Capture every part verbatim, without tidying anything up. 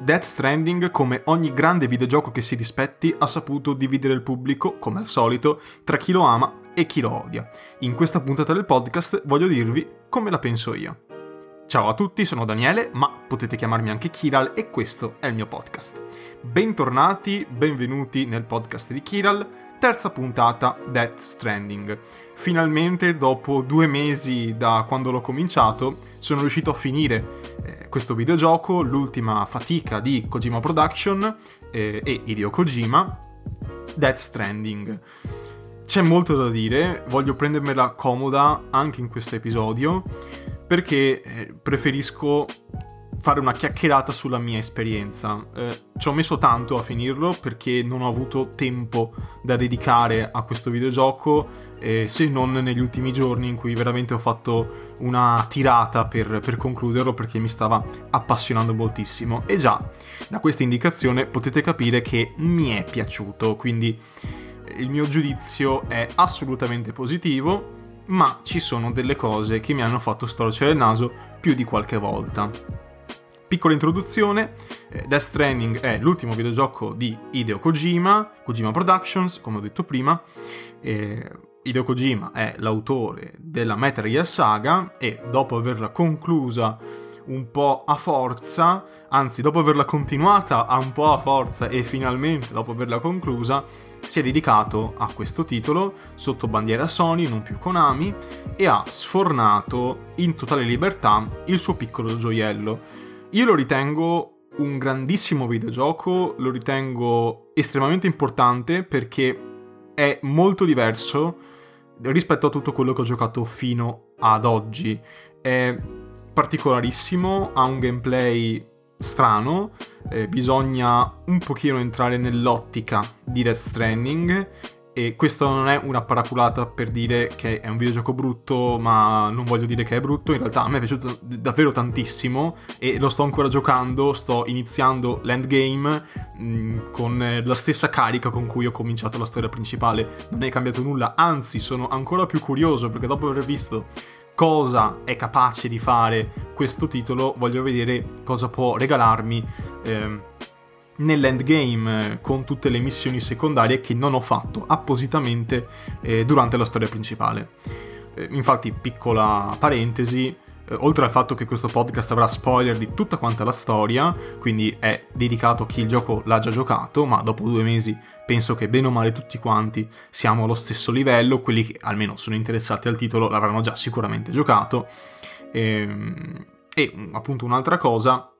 Death Stranding, come ogni grande videogioco che si rispetti, ha saputo dividere il pubblico, come al solito, tra chi lo ama e chi lo odia. In questa puntata del podcast voglio dirvi come la penso io. Ciao a tutti, sono Daniele, ma potete chiamarmi anche Kiral e questo è il mio podcast. Bentornati, benvenuti nel podcast di Kiral, terza puntata Death Stranding. Finalmente, dopo due mesi da quando l'ho cominciato, sono riuscito a finire eh, questo videogioco, l'ultima fatica di Kojima Production eh, e Hideo Kojima, Death Stranding. C'è molto da dire, voglio prendermela comoda anche in questo episodio, perché eh, preferisco fare una chiacchierata sulla mia esperienza. Eh, ci ho messo tanto a finirlo perché non ho avuto tempo da dedicare a questo videogioco, eh, se non negli ultimi giorni in cui veramente ho fatto una tirata per, per concluderlo, perché mi stava appassionando moltissimo. E già da questa indicazione potete capire che mi è piaciuto, quindi il mio giudizio è assolutamente positivo, ma ci sono delle cose che mi hanno fatto storcere il naso più di qualche volta. Piccola introduzione, Death Stranding è l'ultimo videogioco di Hideo Kojima, Kojima Productions, come ho detto prima. Eh, Hideo Kojima è l'autore della Metal Gear Saga e dopo averla conclusa un po' a forza, anzi dopo averla continuata a un po' a forza e finalmente dopo averla conclusa, si è dedicato a questo titolo sotto bandiera Sony, non più Konami, e ha sfornato in totale libertà il suo piccolo gioiello. Io lo ritengo un grandissimo videogioco, lo ritengo estremamente importante perché è molto diverso rispetto a tutto quello che ho giocato fino ad oggi. È particolarissimo, ha un gameplay strano, eh, bisogna un pochino entrare nell'ottica di Death Stranding, e questa non è una paraculata per dire che è un videogioco brutto, ma non voglio dire che è brutto. In realtà a me è piaciuto davvero tantissimo e lo sto ancora giocando, sto iniziando l'endgame mh, con la stessa carica con cui ho cominciato la storia principale. Non è cambiato nulla, anzi sono ancora più curioso perché dopo aver visto cosa è capace di fare questo titolo, voglio vedere cosa può regalarmi eh, nell'endgame, con tutte le missioni secondarie che non ho fatto appositamente eh, durante la storia principale. Eh, infatti, piccola parentesi, eh, oltre al fatto che questo podcast avrà spoiler di tutta quanta la storia, quindi è dedicato a chi il gioco l'ha già giocato, ma dopo due mesi penso che bene o male tutti quanti siamo allo stesso livello, quelli che almeno sono interessati al titolo l'avranno già sicuramente giocato. E, e appunto un'altra cosa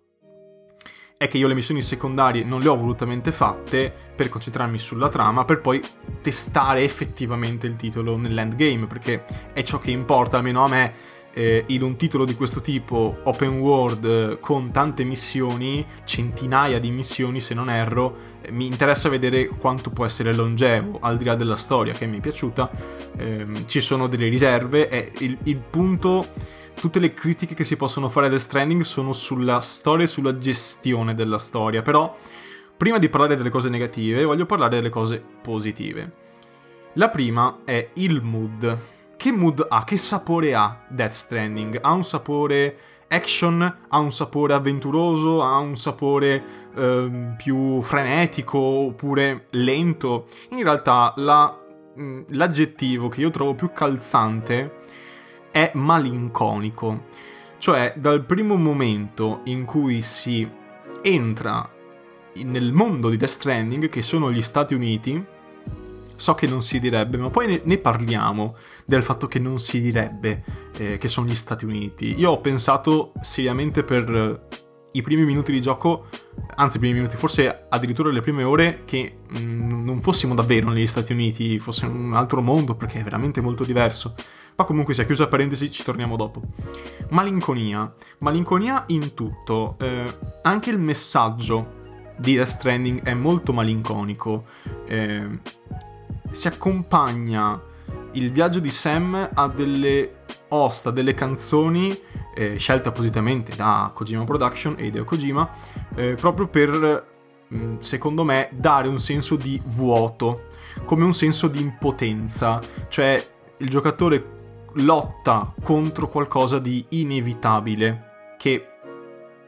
è che io le missioni secondarie non le ho volutamente fatte per concentrarmi sulla trama, per poi testare effettivamente il titolo nell'endgame, perché è ciò che importa, almeno a me. Eh, in un titolo di questo tipo, open world, eh, con tante missioni, centinaia di missioni se non erro, eh, mi interessa vedere quanto può essere longevo, al di là della storia che mi è piaciuta. Eh, ci sono delle riserve e il, il punto... Tutte le critiche che si possono fare a Death Stranding sono sulla storia e sulla gestione della storia, però prima di parlare delle cose negative voglio parlare delle cose positive. La prima è il mood. Che mood ha? Che sapore ha Death Stranding? Ha un sapore action? Ha un sapore avventuroso? Ha un sapore eh, più frenetico oppure lento? In realtà la, mh, l'aggettivo che io trovo più calzante è malinconico, cioè dal primo momento in cui si entra nel mondo di Death Stranding, che sono gli Stati Uniti, so che non si direbbe, ma poi ne, ne parliamo del fatto che non si direbbe eh, che sono gli Stati Uniti. Io ho pensato seriamente per eh, i primi minuti di gioco, anzi i primi minuti, forse addirittura le prime ore, che mh, non fossimo davvero negli Stati Uniti, fosse un altro mondo, perché è veramente molto diverso. Ma comunque, sia chiusa parentesi, ci torniamo dopo. Malinconia. Malinconia in tutto. Eh, anche il messaggio di Death Stranding è molto malinconico. Eh, si accompagna il viaggio di Sam a delle osta, delle canzoni eh, scelte appositamente da Kojima Production e Hideo Kojima, eh, proprio per, mh, secondo me, dare un senso di vuoto, come un senso di impotenza. Cioè, il giocatore lotta contro qualcosa di inevitabile che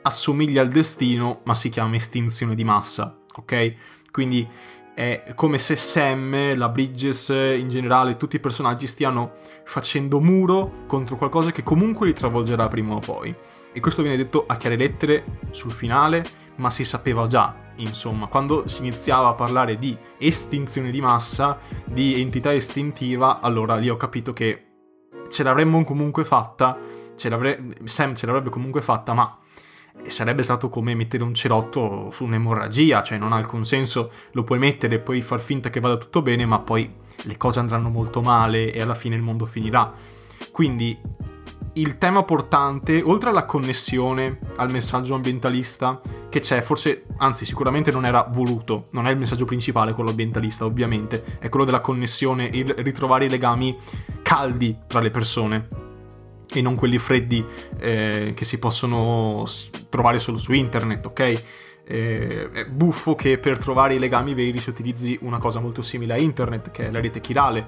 assomiglia al destino, ma si chiama estinzione di massa, ok? Quindi è come se Sam, la Bridges, in generale, tutti i personaggi stiano facendo muro contro qualcosa che comunque li travolgerà prima o poi. E questo viene detto a chiare lettere sul finale, ma si sapeva già, insomma, quando si iniziava a parlare di estinzione di massa, di entità estintiva, allora lì ho capito che ce l'avremmo comunque fatta, ce l'avre- Sam ce l'avrebbe comunque fatta, ma sarebbe stato come mettere un cerotto su un'emorragia, cioè non ha alcun senso. Lo puoi mettere e poi far finta che vada tutto bene, ma poi le cose andranno molto male e alla fine il mondo finirà. Quindi il tema portante, oltre alla connessione al messaggio ambientalista che c'è, forse, anzi sicuramente non era voluto, non è il messaggio principale quello ambientalista, ovviamente, è quello della connessione, il ritrovare i legami caldi tra le persone e non quelli freddi eh, che si possono trovare solo su internet, ok? Eh, è buffo che per trovare i legami veri si utilizzi una cosa molto simile a internet, che è la rete chirale.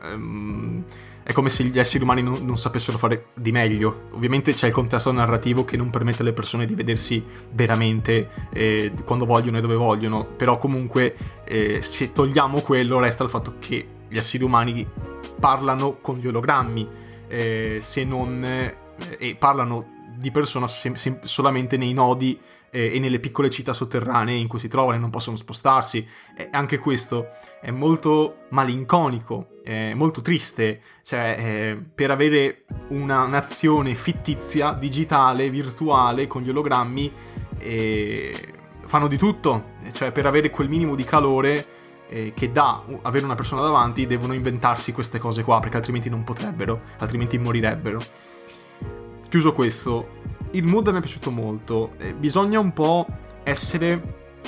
Um, è come se gli esseri umani non, non sapessero fare di meglio. Ovviamente c'è il contesto narrativo che non permette alle persone di vedersi veramente eh, quando vogliono e dove vogliono, però comunque eh, se togliamo quello resta il fatto che gli esseri umani parlano con gli ologrammi, Eh, se non eh, e parlano di persona sem- sem- solamente nei nodi eh, e nelle piccole città sotterranee in cui si trovano e non possono spostarsi. E anche questo è molto malinconico, è molto triste, cioè eh, per avere una nazione fittizia, digitale, virtuale, con gli ologrammi eh, fanno di tutto, cioè per avere quel minimo di calore che dà avere una persona davanti, devono inventarsi queste cose qua, perché altrimenti non potrebbero, altrimenti morirebbero. Chiuso questo, il mood mi è piaciuto molto, eh, bisogna un po' essere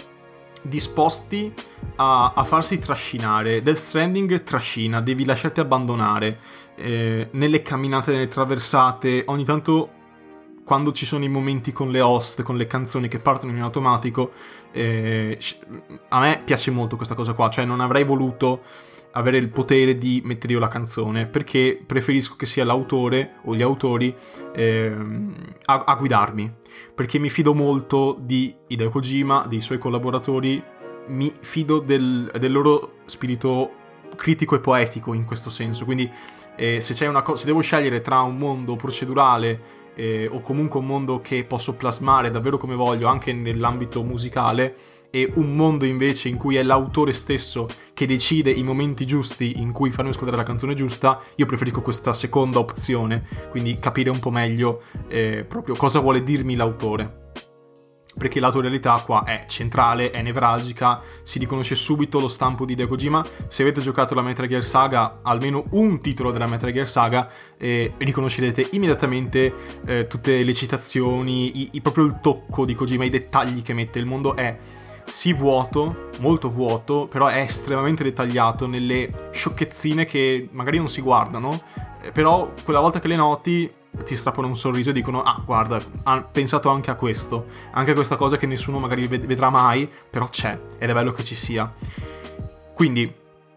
disposti a, a farsi trascinare. Death Stranding trascina, devi lasciarti abbandonare eh, nelle camminate, nelle traversate, ogni tanto quando ci sono i momenti con le host, con le canzoni che partono in automatico, eh, a me piace molto questa cosa qua, cioè non avrei voluto avere il potere di mettere io la canzone, perché preferisco che sia l'autore o gli autori eh, a, a guidarmi, perché mi fido molto di Hideo Kojima, dei suoi collaboratori, mi fido del, del loro spirito critico e poetico in questo senso, quindi eh, se c'è una cosa, se devo scegliere tra un mondo procedurale Eh, o comunque un mondo che posso plasmare davvero come voglio anche nell'ambito musicale, e un mondo invece in cui è l'autore stesso che decide i momenti giusti in cui farmi ascoltare la canzone giusta, io preferisco questa seconda opzione, quindi capire un po' meglio eh, proprio cosa vuole dirmi l'autore, perché l'autorialità qua è centrale, è nevralgica, si riconosce subito lo stampo di Hideo Kojima. Se avete giocato la Metal Gear Saga, almeno un titolo della Metal Gear Saga, eh, riconoscerete immediatamente eh, tutte le citazioni, i, i, proprio il tocco di Kojima, i dettagli che mette. Il mondo è sì vuoto, molto vuoto, però è estremamente dettagliato nelle sciocchezzine che magari non si guardano, eh, però quella volta che le noti ti strappano un sorriso e dicono: ah, guarda, ha pensato anche a questo, anche a questa cosa che nessuno magari ved- vedrà mai, però c'è, ed è bello che ci sia. Quindi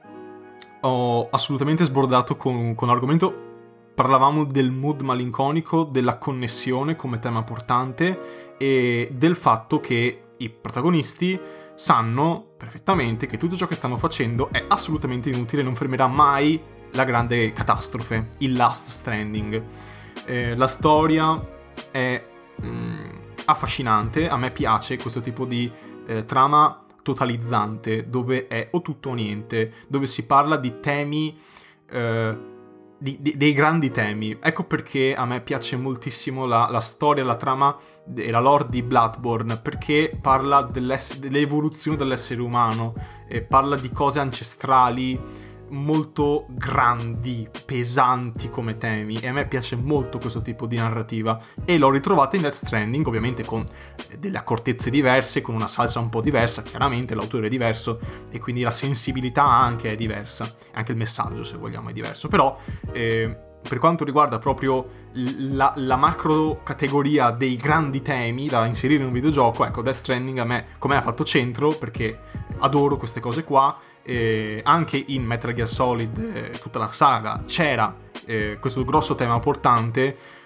ho assolutamente sbordato con, con l'argomento. Parlavamo del mood malinconico, della connessione come tema portante e del fatto che i protagonisti sanno perfettamente che tutto ciò che stanno facendo è assolutamente inutile, non fermerà mai la grande catastrofe, il Last Stranding. Eh, la storia è mh, affascinante, a me piace questo tipo di eh, trama totalizzante, dove è o tutto o niente, dove si parla di temi, eh, di, di, dei grandi temi. Ecco perché a me piace moltissimo la, la storia, la trama e la lore di Bloodborne, perché parla dell'evoluzione dell'essere umano, eh, parla di cose ancestrali, molto grandi, pesanti come temi, e a me piace molto questo tipo di narrativa, e l'ho ritrovata in Death Stranding, ovviamente con delle accortezze diverse, con una salsa un po' diversa, chiaramente l'autore è diverso e quindi la sensibilità anche è diversa, anche il messaggio, se vogliamo, è diverso, però eh, per quanto riguarda proprio la, la macro categoria dei grandi temi da inserire in un videogioco, ecco, Death Stranding a me, come ha fatto centro, perché adoro queste cose qua. Eh, anche in Metal Gear Solid, eh, tutta la saga, c'era eh, questo grosso tema portante,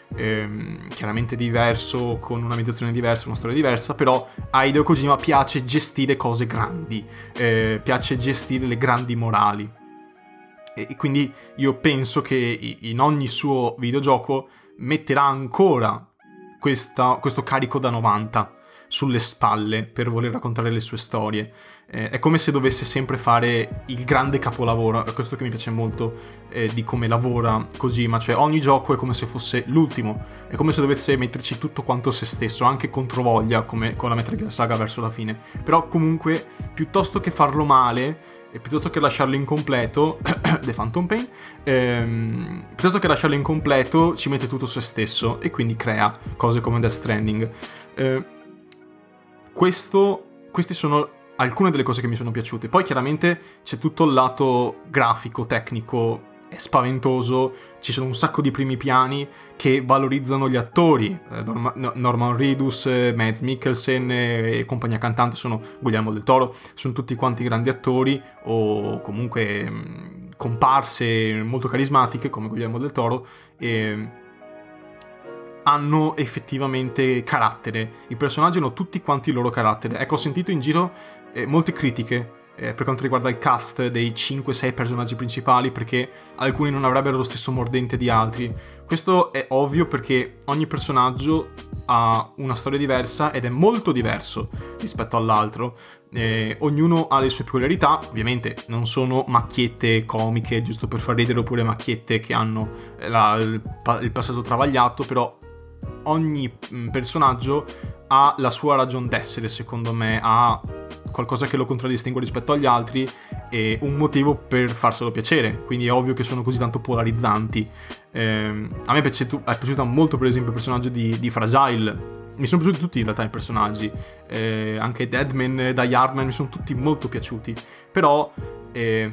ehm, chiaramente diverso, con un'ambientazione diversa, una storia diversa, però a Hideo Kojima piace gestire cose grandi, eh, piace gestire le grandi morali. E quindi io penso che in ogni suo videogioco metterà ancora questa, questo carico da novanta sulle spalle per voler raccontare le sue storie. Eh, è come se dovesse sempre fare il grande capolavoro. È questo che mi piace molto eh, di come lavora Kojima, cioè ogni gioco è come se fosse l'ultimo, è come se dovesse metterci tutto quanto se stesso, anche controvoglia, come con la Metal Gear Saga verso la fine. Però comunque, piuttosto che farlo male e piuttosto che lasciarlo incompleto The Phantom Pain ehm, piuttosto che lasciarlo incompleto ci mette tutto se stesso e quindi crea cose come Death Stranding. eh, questo questi sono alcune delle cose che mi sono piaciute. Poi chiaramente c'è tutto il lato grafico, tecnico, è spaventoso, ci sono un sacco di primi piani che valorizzano gli attori, eh, Norman, Norman Reedus, eh, Mads Mikkelsen eh, e compagnia cantante, sono Guillermo del Toro, sono tutti quanti grandi attori o comunque mh, comparse molto carismatiche come Guillermo del Toro, e hanno effettivamente carattere, i personaggi hanno tutti quanti il loro carattere. Ecco, ho sentito in giro eh, molte critiche Eh, per quanto riguarda il cast dei cinque sei personaggi principali, perché alcuni non avrebbero lo stesso mordente di altri. Questo è ovvio perché ogni personaggio ha una storia diversa ed è molto diverso rispetto all'altro. Eh, ognuno ha le sue peculiarità, ovviamente non sono macchiette comiche giusto per far ridere oppure macchiette che hanno la, il, il passato travagliato, però ogni personaggio ha la sua ragion d'essere, secondo me, ha qualcosa che lo contraddistingue rispetto agli altri e un motivo per farselo piacere, quindi è ovvio che sono così tanto polarizzanti. Eh, a me è piaciuto, è piaciuto molto per esempio il personaggio di, di Fragile, mi sono piaciuti tutti in realtà i personaggi, eh, anche Deadman, Die Hardman mi sono tutti molto piaciuti, però eh,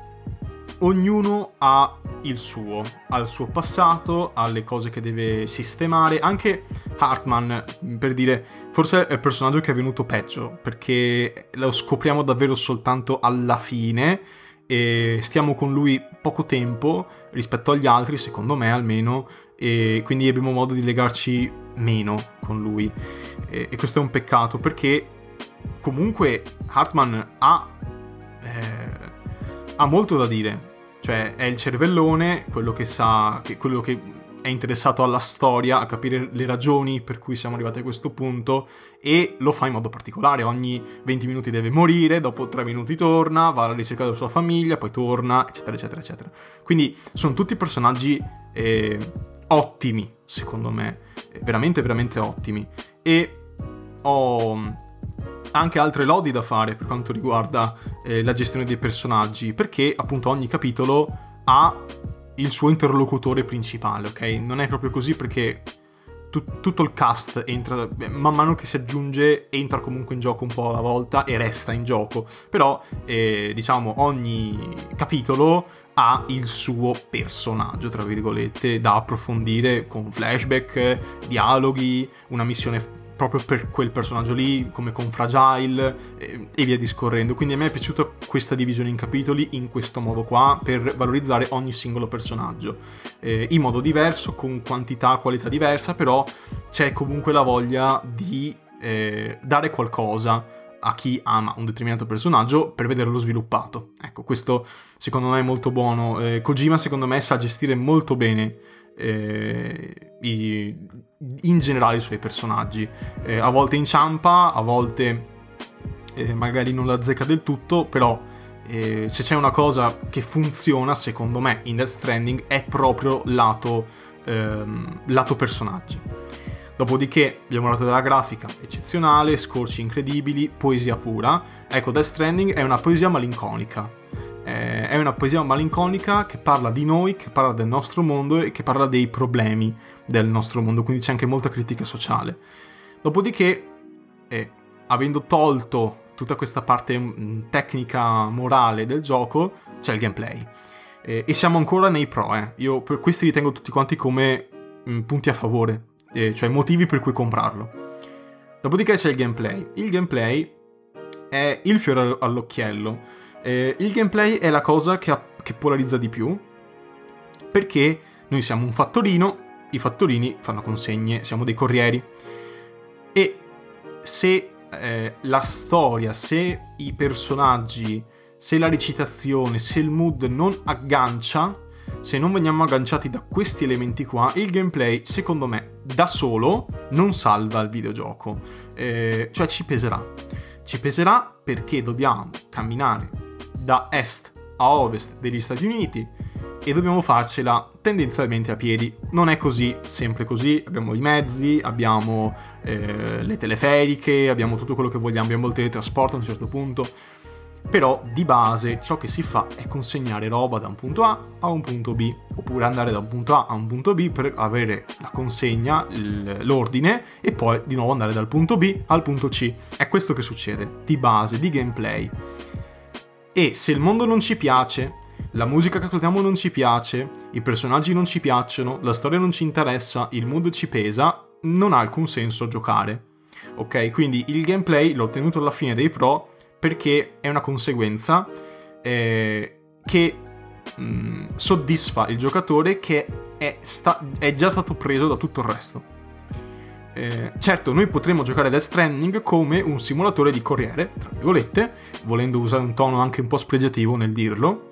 ognuno ha il suo, ha il suo passato, ha le cose che deve sistemare. Anche Hartman, per dire, forse è il personaggio che è venuto peggio, perché lo scopriamo davvero soltanto alla fine e stiamo con lui poco tempo rispetto agli altri, secondo me almeno, e quindi abbiamo modo di legarci meno con lui, e, e questo è un peccato, perché comunque Hartman ha eh, ha molto da dire, cioè è il cervellone, quello che sa, che, quello che è interessato alla storia, a capire le ragioni per cui siamo arrivati a questo punto, e lo fa in modo particolare. Ogni venti minuti deve morire, dopo tre minuti torna, va alla ricerca della sua famiglia, poi torna, eccetera eccetera eccetera. Quindi sono tutti personaggi eh, ottimi, secondo me, veramente veramente ottimi, e ho anche altre lodi da fare per quanto riguarda eh, la gestione dei personaggi, perché appunto ogni capitolo ha il suo interlocutore principale, ok? Non è proprio così, perché tu- tutto il cast entra, man mano che si aggiunge, entra comunque in gioco un po' alla volta e resta in gioco, però eh, diciamo ogni capitolo ha il suo personaggio, tra virgolette, da approfondire con flashback, dialoghi, una missione proprio per quel personaggio lì, come con Fragile, eh, e via discorrendo. Quindi a me è piaciuta questa divisione in capitoli in questo modo qua, per valorizzare ogni singolo personaggio eh, in modo diverso, con quantità, qualità diversa, però c'è comunque la voglia di eh, dare qualcosa a chi ama un determinato personaggio per vederlo sviluppato. Ecco, questo secondo me è molto buono. eh, Kojima secondo me sa gestire molto bene Eh, i, in generale i suoi personaggi, eh, a volte inciampa, a volte eh, magari non la azzecca del tutto, però eh, se c'è una cosa che funziona secondo me in Death Stranding è proprio lato, ehm, lato personaggi. Dopodiché abbiamo parlato della grafica eccezionale, scorci incredibili, poesia pura. Ecco, Death Stranding è una poesia malinconica. È una poesia malinconica che parla di noi, che parla del nostro mondo e che parla dei problemi del nostro mondo, quindi c'è anche molta critica sociale. Dopodiché, eh, avendo tolto tutta questa parte mh, tecnica, morale del gioco, c'è il gameplay. Eh, e siamo ancora nei pro, eh. Io per questi li tengo tutti quanti come mh, punti a favore, eh, cioè motivi per cui comprarlo. Dopodiché c'è il gameplay. Il gameplay è il fiore all'occhiello. Eh, il gameplay è la cosa che, ha, che polarizza di più, perché noi siamo un fattorino i fattorini fanno consegne, siamo dei corrieri. E se eh, la storia, se i personaggi, se la recitazione, se il mood non aggancia, se non veniamo agganciati da questi elementi qua, il gameplay, secondo me, da solo non salva il videogioco. Eh, cioè ci peserà. Ci peserà perché dobbiamo camminare da est a ovest degli Stati Uniti e dobbiamo farcela tendenzialmente a piedi. Non è così, sempre così, abbiamo i mezzi, abbiamo eh, le teleferiche, abbiamo tutto quello che vogliamo, abbiamo il teletrasporto a un certo punto, però di base ciò che si fa è consegnare roba da un punto A a un punto B, oppure andare da un punto A a un punto B per avere la consegna, l'ordine, e poi di nuovo andare dal punto B al punto C. È questo che succede, di base, di gameplay. E se il mondo non ci piace, la musica che ascoltiamo non ci piace, i personaggi non ci piacciono, la storia non ci interessa, il mood ci pesa, non ha alcun senso giocare. Ok? Quindi il gameplay l'ho ottenuto alla fine dei pro perché è una conseguenza eh, che mh, soddisfa il giocatore, che è, sta- è già stato preso da tutto il resto. Eh, certo, noi potremmo giocare Death Stranding come un simulatore di corriere, tra virgolette, volendo usare un tono anche un po' spregiativo nel dirlo,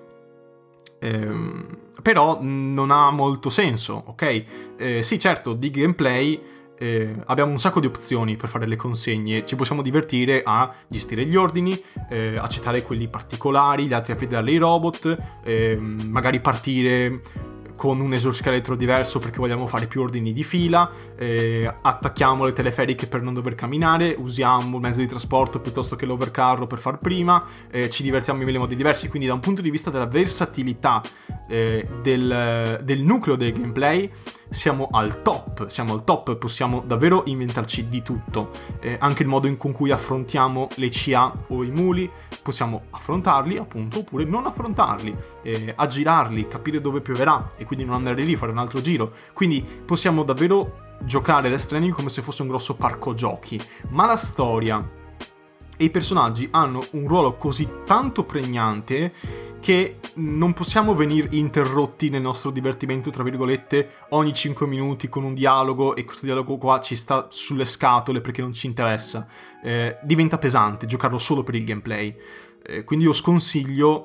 eh, però non ha molto senso, ok? Eh, sì, certo, di gameplay eh, abbiamo un sacco di opzioni per fare le consegne, ci possiamo divertire a gestire gli ordini, eh, a citare quelli particolari, gli altri affidare ai robot, eh, magari partire con un esoscheletro diverso perché vogliamo fare più ordini di fila, eh, attacchiamo le teleferiche per non dover camminare, usiamo il mezzo di trasporto piuttosto che l'overcarro per far prima, eh, ci divertiamo in mille modi diversi. Quindi da un punto di vista della versatilità eh, del, del nucleo del gameplay siamo al top, siamo al top, possiamo davvero inventarci di tutto, eh, anche il modo in cui affrontiamo le C A o i muli, possiamo affrontarli appunto oppure non affrontarli, eh, aggirarli, capire dove pioverà e quindi non andare lì, fare un altro giro. Quindi possiamo davvero giocare Death Stranding come se fosse un grosso parco giochi, ma la storia e i personaggi hanno un ruolo così tanto pregnante che non possiamo venire interrotti nel nostro divertimento, tra virgolette, ogni cinque minuti con un dialogo, e questo dialogo qua ci sta sulle scatole perché non ci interessa. Eh, diventa pesante giocarlo solo per il gameplay. Eh, quindi io sconsiglio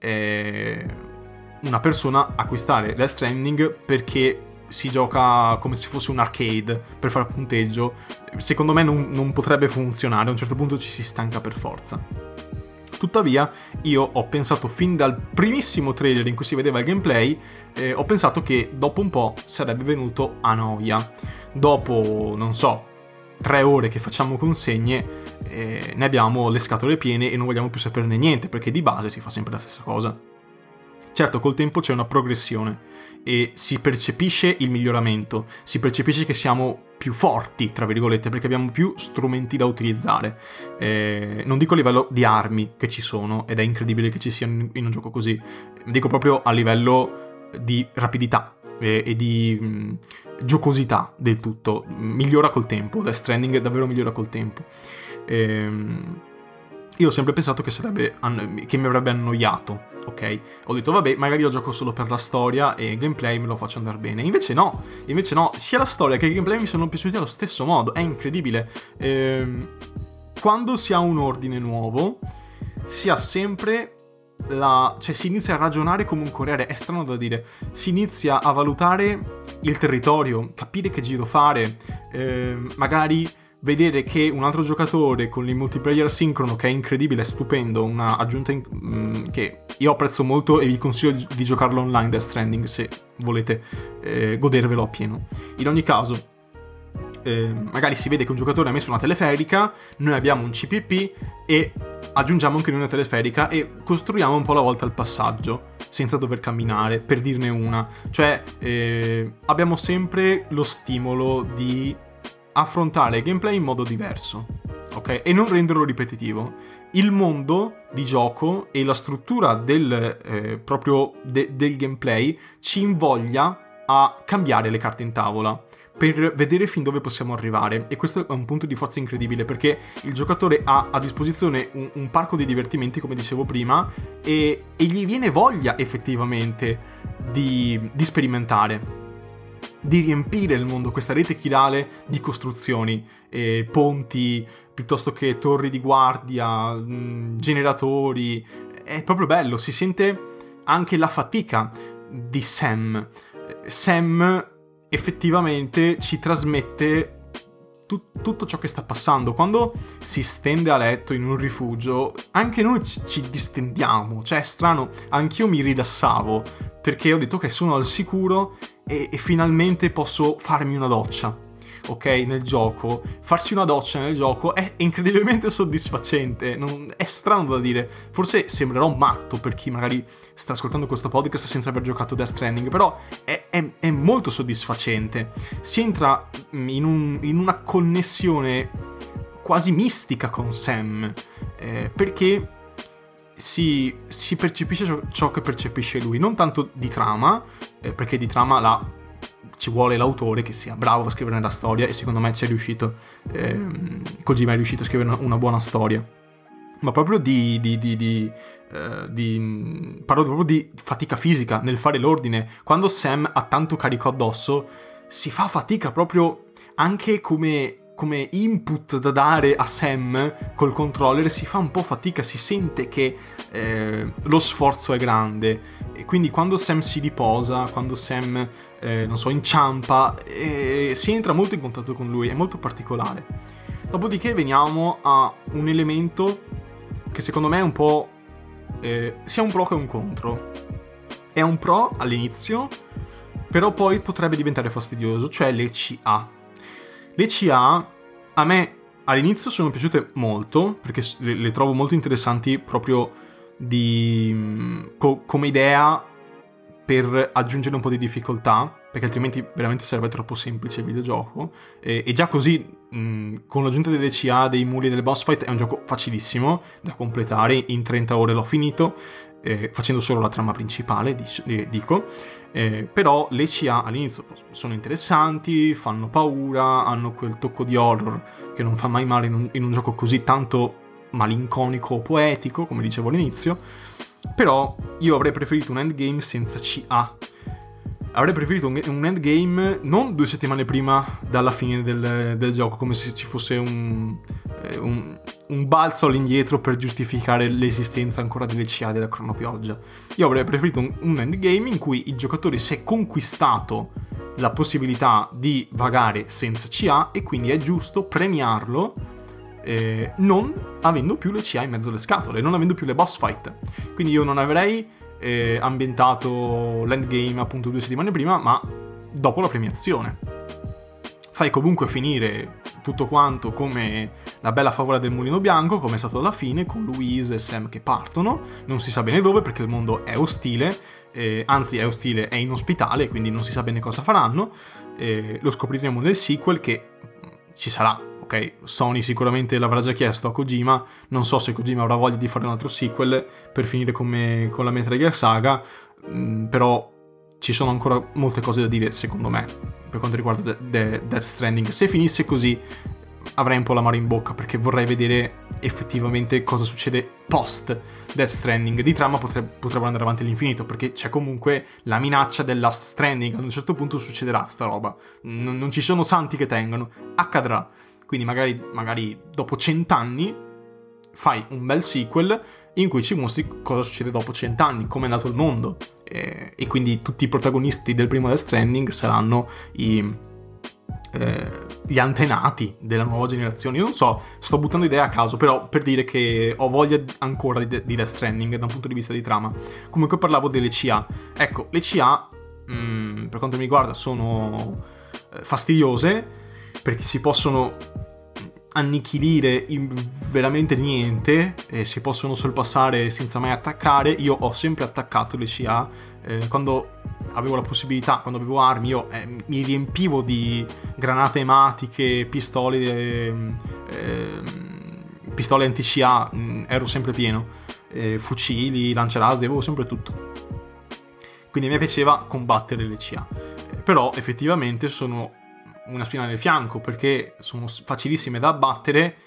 eh, una persona acquistare Death Stranding perché si gioca come se fosse un arcade per fare punteggio. Secondo me non, non potrebbe funzionare, a un certo punto ci si stanca per forza. Tuttavia io ho pensato fin dal primissimo trailer in cui si vedeva il gameplay, eh, ho pensato che dopo un po' sarebbe venuto a noia. Dopo, non so, tre ore che facciamo consegne, eh, ne abbiamo le scatole piene e non vogliamo più saperne niente, perché di base si fa sempre la stessa cosa. Certo, col tempo c'è una progressione e si percepisce il miglioramento, si percepisce che siamo più forti, tra virgolette, perché abbiamo più strumenti da utilizzare. Eh, non dico a livello di armi che ci sono, ed è incredibile che ci siano in un gioco così, dico proprio a livello di rapidità e, e di mh, giocosità del tutto. Migliora col tempo, Death Stranding davvero migliora col tempo. Ehm... Io ho sempre pensato che sarebbe che mi avrebbe annoiato, ok? Ho detto vabbè, magari lo gioco solo per la storia e il gameplay me lo faccio andare bene. Invece no, invece no, sia la storia che il gameplay mi sono piaciuti allo stesso modo, è incredibile. Ehm, quando si ha un ordine nuovo, si ha sempre la... cioè si inizia a ragionare come un corriere, è strano da dire, si inizia a valutare il territorio, capire che giro fare, ehm, magari... vedere che un altro giocatore con il multiplayer sincrono, che è incredibile, è stupendo, una aggiunta in, mh, che io apprezzo molto e vi consiglio di, di giocarlo online, Death Stranding, se volete eh, godervelo appieno. In ogni caso, eh, magari si vede che un giocatore ha messo una teleferica, noi abbiamo un C P P e aggiungiamo anche noi una teleferica e costruiamo un po' alla volta il passaggio, senza dover camminare, per dirne una. Cioè, eh, abbiamo sempre lo stimolo di affrontare il gameplay in modo diverso, ok? E non renderlo ripetitivo. Il mondo di gioco e la struttura del eh, proprio de- del gameplay ci invoglia a cambiare le carte in tavola per vedere fin dove possiamo arrivare, e questo è un punto di forza incredibile, perché il giocatore ha a disposizione un, un parco di divertimenti, come dicevo prima, e, e gli viene voglia effettivamente di, di sperimentare. di riempire il mondo, questa rete chirale di costruzioni, eh, ponti, piuttosto che torri di guardia, mh, generatori. È proprio bello, si sente anche la fatica di Sam. Sam effettivamente ci trasmette tutto ciò che sta passando. Quando si stende a letto in un rifugio, anche noi ci, ci distendiamo, cioè è strano, anch'io mi rilassavo perché ho detto che sono al sicuro e, e finalmente posso farmi una doccia, ok, nel gioco. Farsi una doccia nel gioco è incredibilmente soddisfacente, non, è strano da dire, forse sembrerò matto per chi magari sta ascoltando questo podcast senza aver giocato Death Stranding, però è, è, è molto soddisfacente. Si entra in, un, in una connessione quasi mistica con Sam, eh, perché si, si percepisce ciò, ciò che percepisce lui, non tanto di trama, eh, perché di trama la ci vuole l'autore che sia bravo a scrivere la storia, e secondo me c'è riuscito, eh, Kojima è riuscito a scrivere una, una buona storia, ma proprio di, di, di, di, eh, di parlo proprio di fatica fisica nel fare l'ordine. Quando Sam ha tanto carico addosso si fa fatica proprio anche come come input da dare a Sam col controller, si fa un po' fatica, si sente che eh, lo sforzo è grande, e quindi quando Sam si riposa, quando Sam eh, non so, inciampa, eh, si entra molto in contatto con lui, è molto particolare. Dopodiché veniamo a un elemento che secondo me è un po' eh, sia un pro che un contro. È un pro all'inizio, però poi potrebbe diventare fastidioso, cioè le C A. Le C A a me all'inizio sono piaciute molto, perché le, le trovo molto interessanti proprio di, co, come idea per aggiungere un po' di difficoltà, perché altrimenti veramente sarebbe troppo semplice il videogioco, e, e già così mh, con l'aggiunta delle C A, dei muri e delle boss fight è un gioco facilissimo da completare, in trenta ore l'ho finito, eh, facendo solo la trama principale, dico. Eh, però le C A all'inizio sono interessanti, fanno paura, hanno quel tocco di horror che non fa mai male in un, in un gioco così tanto malinconico o poetico, come dicevo all'inizio. Però io avrei preferito un endgame senza C A. Avrei preferito un, un endgame non due settimane prima dalla fine del, del gioco, come se ci fosse un, un, un balzo all'indietro per giustificare l'esistenza ancora delle C A della cronopioggia. Io avrei preferito un, un endgame in cui il giocatore si è conquistato la possibilità di vagare senza C A, e quindi è giusto premiarlo eh, non avendo più le C A in mezzo alle scatole, non avendo più le boss fight. Quindi io non avrei Eh, ambientato l'endgame appunto due settimane prima, ma dopo la premiazione. Fai comunque finire tutto quanto come la bella favola del mulino bianco, come è stato alla fine, con Louise e Sam che partono, non si sa bene dove perché il mondo è ostile, eh, anzi è ostile, è inospitale, quindi non si sa bene cosa faranno. Eh, lo scopriremo nel sequel che ci sarà. Ok, Sony sicuramente l'avrà già chiesto a Kojima, non so se Kojima avrà voglia di fare un altro sequel per finire come con la Metal Gear Saga, mh, però ci sono ancora molte cose da dire secondo me per quanto riguarda The, The Death Stranding. Se finisse così avrei un po' l'amaro in bocca, perché vorrei vedere effettivamente cosa succede post Death Stranding. Di trama potre, potrebbero andare avanti all'infinito, perché c'è comunque la minaccia del Last Stranding, ad un certo punto succederà sta roba, non, non ci sono santi che tengano, accadrà. Quindi magari, magari dopo cent'anni fai un bel sequel in cui ci mostri cosa succede dopo cent'anni, come è nato il mondo. E, e quindi tutti i protagonisti del primo Death Stranding saranno i, eh, gli antenati della nuova generazione. Io non so, sto buttando idee a caso, però per dire che ho voglia ancora di, di Death Stranding da un punto di vista di trama. Comunque parlavo delle C A. Ecco, le C A, mh, per quanto mi riguarda, sono eh, fastidiose, perché si possono annichilire in veramente niente, e si possono sorpassare senza mai attaccare. Io ho sempre attaccato le C A, eh, quando avevo la possibilità, quando avevo armi, io eh, mi riempivo di granate ematiche, pistole eh, eh, pistole anti-C A, mh, ero sempre pieno, eh, fucili, lanciarazzi, avevo sempre tutto. Quindi mi piaceva combattere le C A, eh, però effettivamente sono una spina nel fianco, perché sono facilissime da abbattere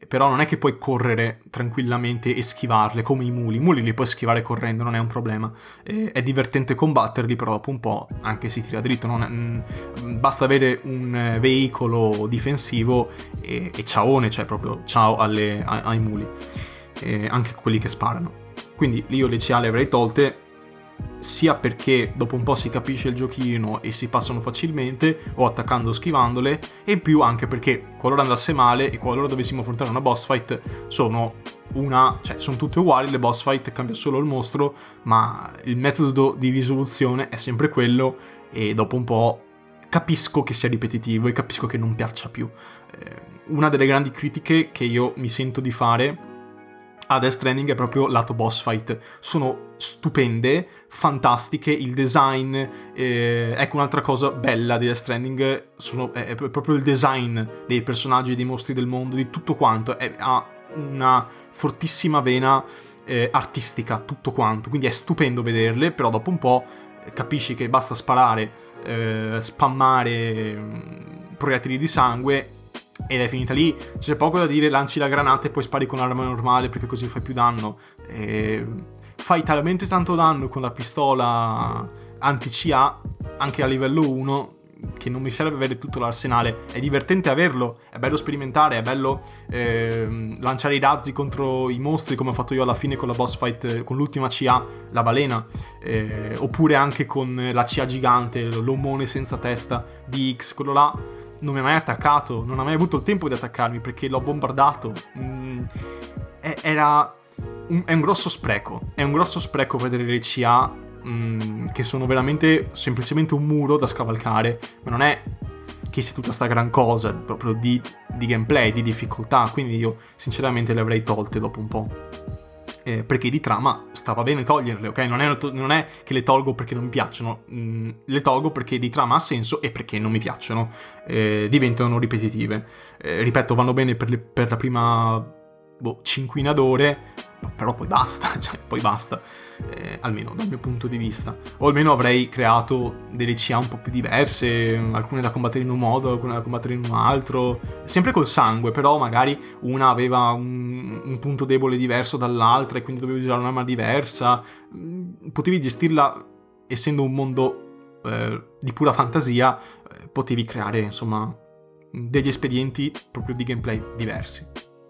però non è che puoi correre tranquillamente e schivarle come i muli. I muli li puoi schivare correndo, non è un problema. Eh, è divertente combatterli, però dopo un po' anche si tira dritto. Non è, mh, basta avere un veicolo difensivo e, e ciaone, cioè proprio ciao alle, ai, ai muli. Eh, anche quelli che sparano. Quindi io le C A le avrei tolte, sia perché dopo un po' si capisce il giochino e si passano facilmente, o attaccando o schivandole, e in più anche perché qualora andasse male e qualora dovessimo affrontare una boss fight sono una, cioè sono tutte uguali le boss fight, cambia solo il mostro, ma il metodo di risoluzione è sempre quello e dopo un po' capisco che sia ripetitivo e capisco che non piaccia più. Eh, una delle grandi critiche che io mi sento di fare a Death Stranding è proprio lato boss fight. Sono stupende, fantastiche, il design, eh, ecco un'altra cosa bella di Death Stranding, sono, è, è proprio il design dei personaggi, dei mostri del mondo, di tutto quanto, è, ha una fortissima vena eh, artistica, tutto quanto, quindi è stupendo vederle, però dopo un po' capisci che basta sparare, eh, spammare mh, proiettili di sangue, ed è finita lì. C'è poco da dire, lanci la granata e poi spari con l'arma normale perché così fai più danno. E fai talmente tanto danno con la pistola anti-C A anche a livello uno che non mi serve avere tutto l'arsenale. È divertente averlo, è bello sperimentare, è bello eh, lanciare i razzi contro i mostri come ho fatto io alla fine con la boss fight, con l'ultima C A, la balena, eh, oppure anche con la C A gigante, l'omone senza testa di X, quello là non mi ha mai attaccato, non ha mai avuto il tempo di attaccarmi perché l'ho bombardato. Mm, era un, è un grosso spreco, è un grosso spreco vedere le C A mm, che sono veramente semplicemente un muro da scavalcare, ma non è che sia tutta sta gran cosa proprio di, di gameplay, di difficoltà, quindi io sinceramente le avrei tolte dopo un po'. Eh, perché di trama stava bene toglierle, ok? Non è, non è che le tolgo perché non mi piacciono, mm, le tolgo perché di trama ha senso e perché non mi piacciono, eh, diventano ripetitive. Eh, ripeto, vanno bene per, le, per la prima boh, cinquina d'ore, però poi basta, cioè poi basta, eh, almeno dal mio punto di vista. O almeno avrei creato delle C A un po' più diverse, alcune da combattere in un modo, alcune da combattere in un altro, sempre col sangue, però magari una aveva un, un punto debole diverso dall'altra e quindi dovevi usare un'arma diversa. Potevi gestirla, essendo un mondo eh, di pura fantasia, eh, potevi creare insomma degli espedienti proprio di gameplay diversi.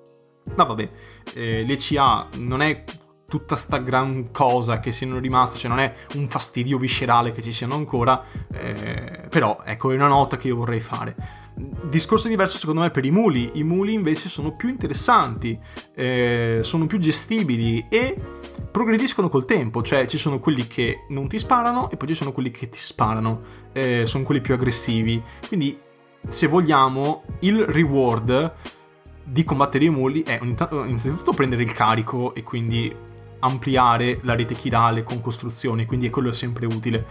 Ma vabbè, eh, le C A non è tutta sta gran cosa che siano rimaste, cioè non è un fastidio viscerale che ci siano ancora, eh, però ecco è una nota che io vorrei fare. Discorso diverso secondo me per i muli. I muli invece sono più interessanti, eh, sono più gestibili e progrediscono col tempo, cioè ci sono quelli che non ti sparano e poi ci sono quelli che ti sparano, eh, sono quelli più aggressivi, quindi se vogliamo il reward di combattere i muli è innanzitutto prendere il carico e quindi ampliare la rete chirale con costruzioni, quindi quello è sempre utile,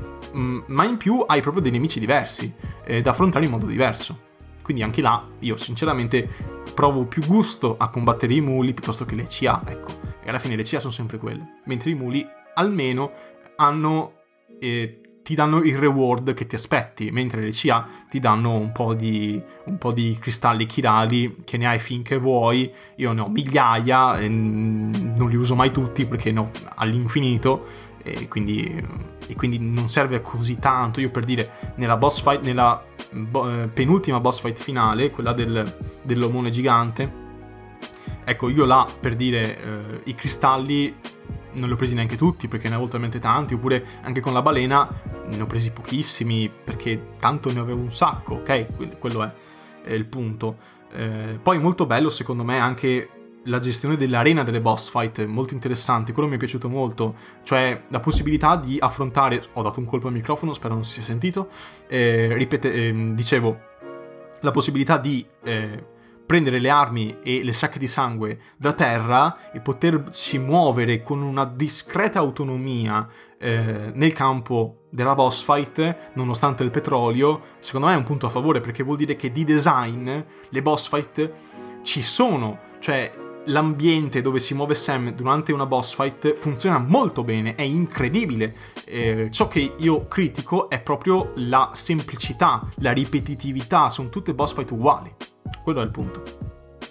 mm, ma in più hai proprio dei nemici diversi eh, da affrontare in modo diverso, quindi anche là io sinceramente provo più gusto a combattere i muli piuttosto che le C A, ecco, e alla fine le C A sono sempre quelle, mentre i muli almeno hanno eh, ti danno il reward che ti aspetti, mentre le C A ti danno un po' di un po' di cristalli chirali che ne hai finché vuoi. Io ne ho migliaia e non li uso mai tutti perché ne ho all'infinito e quindi, e quindi non serve così tanto. Io per dire nella boss fight, nella bo- penultima boss fight finale, quella del, dell'omone gigante, ecco io là per dire eh, i cristalli non li ho presi neanche tutti perché ne avevo talmente tanti, oppure anche con la balena ne ho presi pochissimi perché tanto ne avevo un sacco, ok? Quello è, è il punto. Eh, poi molto bello secondo me anche la gestione dell'arena delle boss fight, molto interessante, quello mi è piaciuto molto, cioè la possibilità di affrontare, ho dato un colpo al microfono, spero non si sia sentito, eh, ripete, eh, dicevo, la possibilità di eh, prendere le armi e le sacche di sangue da terra e potersi muovere con una discreta autonomia eh, nel campo della boss fight nonostante il petrolio, secondo me è un punto a favore perché vuol dire che di design le boss fight ci sono, cioè l'ambiente dove si muove Sam durante una boss fight funziona molto bene, è incredibile. Eh, ciò che io critico è proprio la semplicità, la ripetitività, sono tutte boss fight uguali. Quello è il punto.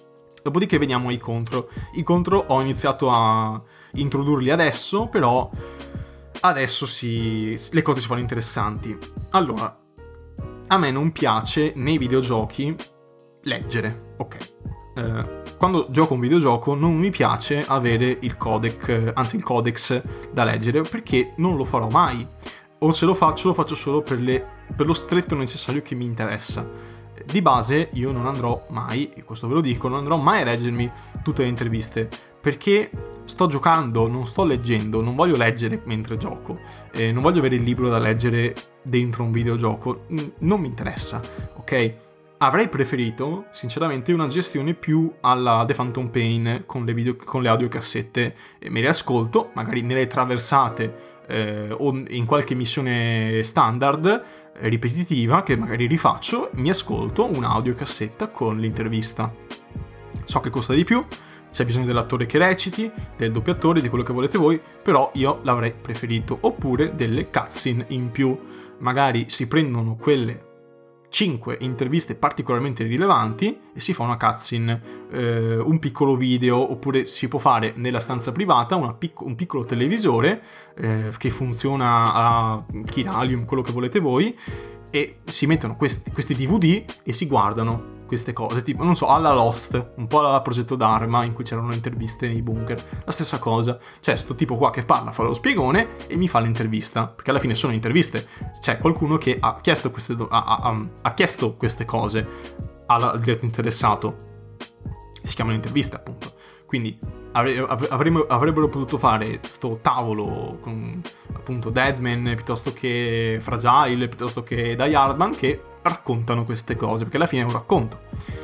Dopodiché veniamo ai contro. I contro ho iniziato a introdurli adesso, però adesso si... le cose si fanno interessanti. Allora, a me non piace nei videogiochi leggere, ok. Eh, quando gioco un videogioco non mi piace avere il codec, anzi il codex da leggere, perché non lo farò mai. O se lo faccio, lo faccio solo per, le, per lo stretto necessario che mi interessa. Di base io non andrò mai, e questo ve lo dico, non andrò mai a leggermi tutte le interviste, perché sto giocando, non sto leggendo, non voglio leggere mentre gioco, eh, non voglio avere il libro da leggere dentro un videogioco, N- non mi interessa, ok? Avrei preferito, sinceramente, una gestione più alla The Phantom Pain con le, video, con le audiocassette. E me le ascolto, magari nelle traversate eh, o in qualche missione standard eh, ripetitiva che magari rifaccio, mi ascolto un'audiocassetta con l'intervista. So che costa di più, c'è bisogno dell'attore che reciti, del doppiatore, di quello che volete voi, però io l'avrei preferito. Oppure delle cutscene in più, magari si prendono quelle cinque interviste particolarmente rilevanti e si fa una cutscene, eh, un piccolo video, oppure si può fare nella stanza privata una pic- un piccolo televisore eh, che funziona a Kiralium, quello che volete voi, e si mettono questi, questi D V D e si guardano queste cose, tipo, non so, alla Lost, un po' alla Progetto Dharma, in cui c'erano interviste nei bunker, la stessa cosa, c'è sto tipo qua che parla, fa lo spiegone e mi fa l'intervista, perché alla fine sono interviste, c'è qualcuno che ha chiesto queste, do- ha, ha, ha chiesto queste cose al diretto interessato, si chiamano interviste appunto, quindi avre- avremmo, avrebbero potuto fare sto tavolo con appunto Deadman piuttosto che Fragile, piuttosto che Die Hardman, che raccontano queste cose, perché alla fine è un racconto.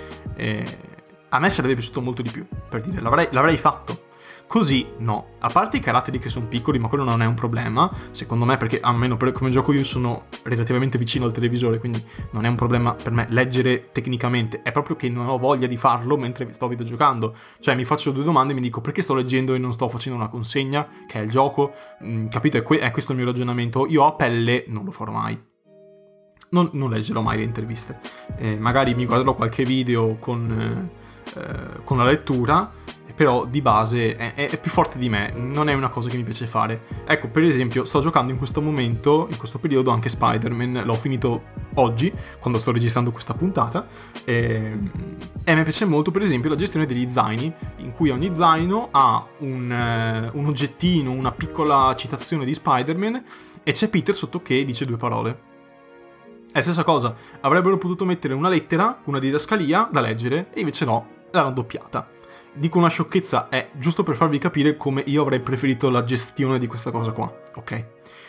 E a me sarebbe piaciuto molto di più, per dire, l'avrei, l'avrei fatto. Così no, a parte i caratteri che sono piccoli, ma quello non è un problema, secondo me, perché almeno per come gioco io sono relativamente vicino al televisore, quindi non è un problema per me leggere tecnicamente, è proprio che non ho voglia di farlo mentre sto videogiocando. Cioè mi faccio due domande e mi dico: perché sto leggendo e non sto facendo una consegna, che è il gioco? Mm, capito? È, que- è questo il mio ragionamento. Io a pelle non lo farò mai. Non, non leggerò mai le interviste, eh, magari mi guarderò qualche video con, eh, con la lettura, però di base è, è più forte di me, non è una cosa che mi piace fare. Ecco, per esempio, sto giocando in questo momento, in questo periodo, anche Spider-Man, l'ho finito oggi, quando sto registrando questa puntata, e, e mi piace molto, per esempio, la gestione degli zaini, in cui ogni zaino ha un, eh, un oggettino, una piccola citazione di Spider-Man, e c'è Peter sotto che dice due parole. È la stessa cosa, avrebbero potuto mettere una lettera, una didascalia da leggere, e invece no, l'hanno doppiata. Dico una sciocchezza, è giusto per farvi capire come io avrei preferito la gestione di questa cosa qua, ok?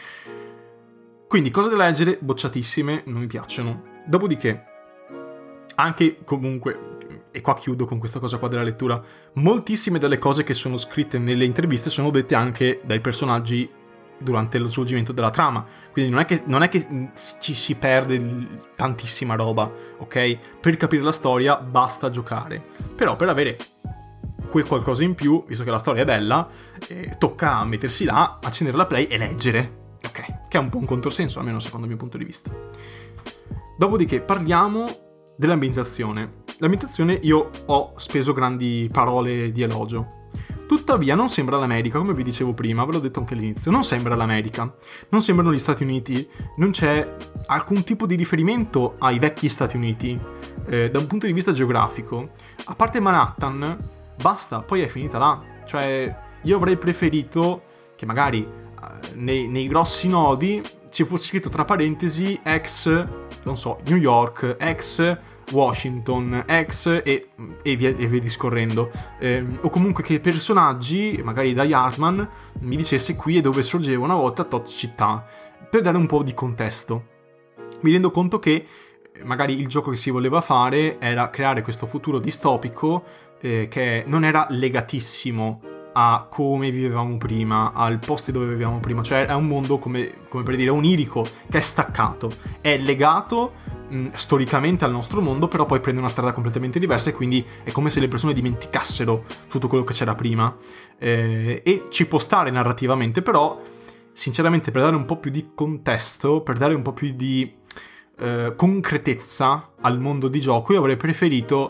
Quindi cose da leggere, bocciatissime, non mi piacciono. Dopodiché, anche comunque, e qua chiudo con questa cosa qua della lettura, moltissime delle cose che sono scritte nelle interviste sono dette anche dai personaggi durante lo svolgimento della trama, quindi non è che, non è che ci si perde tantissima roba, ok? Per capire la storia basta giocare, però per avere quel qualcosa in più, visto che la storia è bella, eh, tocca mettersi là, accendere la play e leggere, ok? Che è un po' un controsenso, almeno secondo il mio punto di vista. Dopodiché parliamo dell'ambientazione. L'ambientazione, io ho speso grandi parole di elogio. Tuttavia non sembra l'America, come vi dicevo prima, ve l'ho detto anche all'inizio, non sembra l'America, non sembrano gli Stati Uniti, non c'è alcun tipo di riferimento ai vecchi Stati Uniti, eh, da un punto di vista geografico. A parte Manhattan, basta, poi è finita là. Cioè, io avrei preferito che magari eh, nei, nei grossi nodi ci fosse scritto tra parentesi ex, non so, New York, ex Washington, ex e, e, via, e via discorrendo, eh, o comunque che i personaggi, magari da Hardman, mi dicesse qui è dove sorgeva una volta tot città, per dare un po' di contesto. Mi rendo conto che magari il gioco che si voleva fare era creare questo futuro distopico eh, che non era legatissimo a come vivevamo prima, al posto dove vivevamo prima, cioè è un mondo come, come per dire onirico, che è staccato, è legato mh, storicamente al nostro mondo, però poi prende una strada completamente diversa e quindi è come se le persone dimenticassero tutto quello che c'era prima, eh, e ci può stare narrativamente, però sinceramente per dare un po' più di contesto, per dare un po' più di eh, concretezza al mondo di gioco, io avrei preferito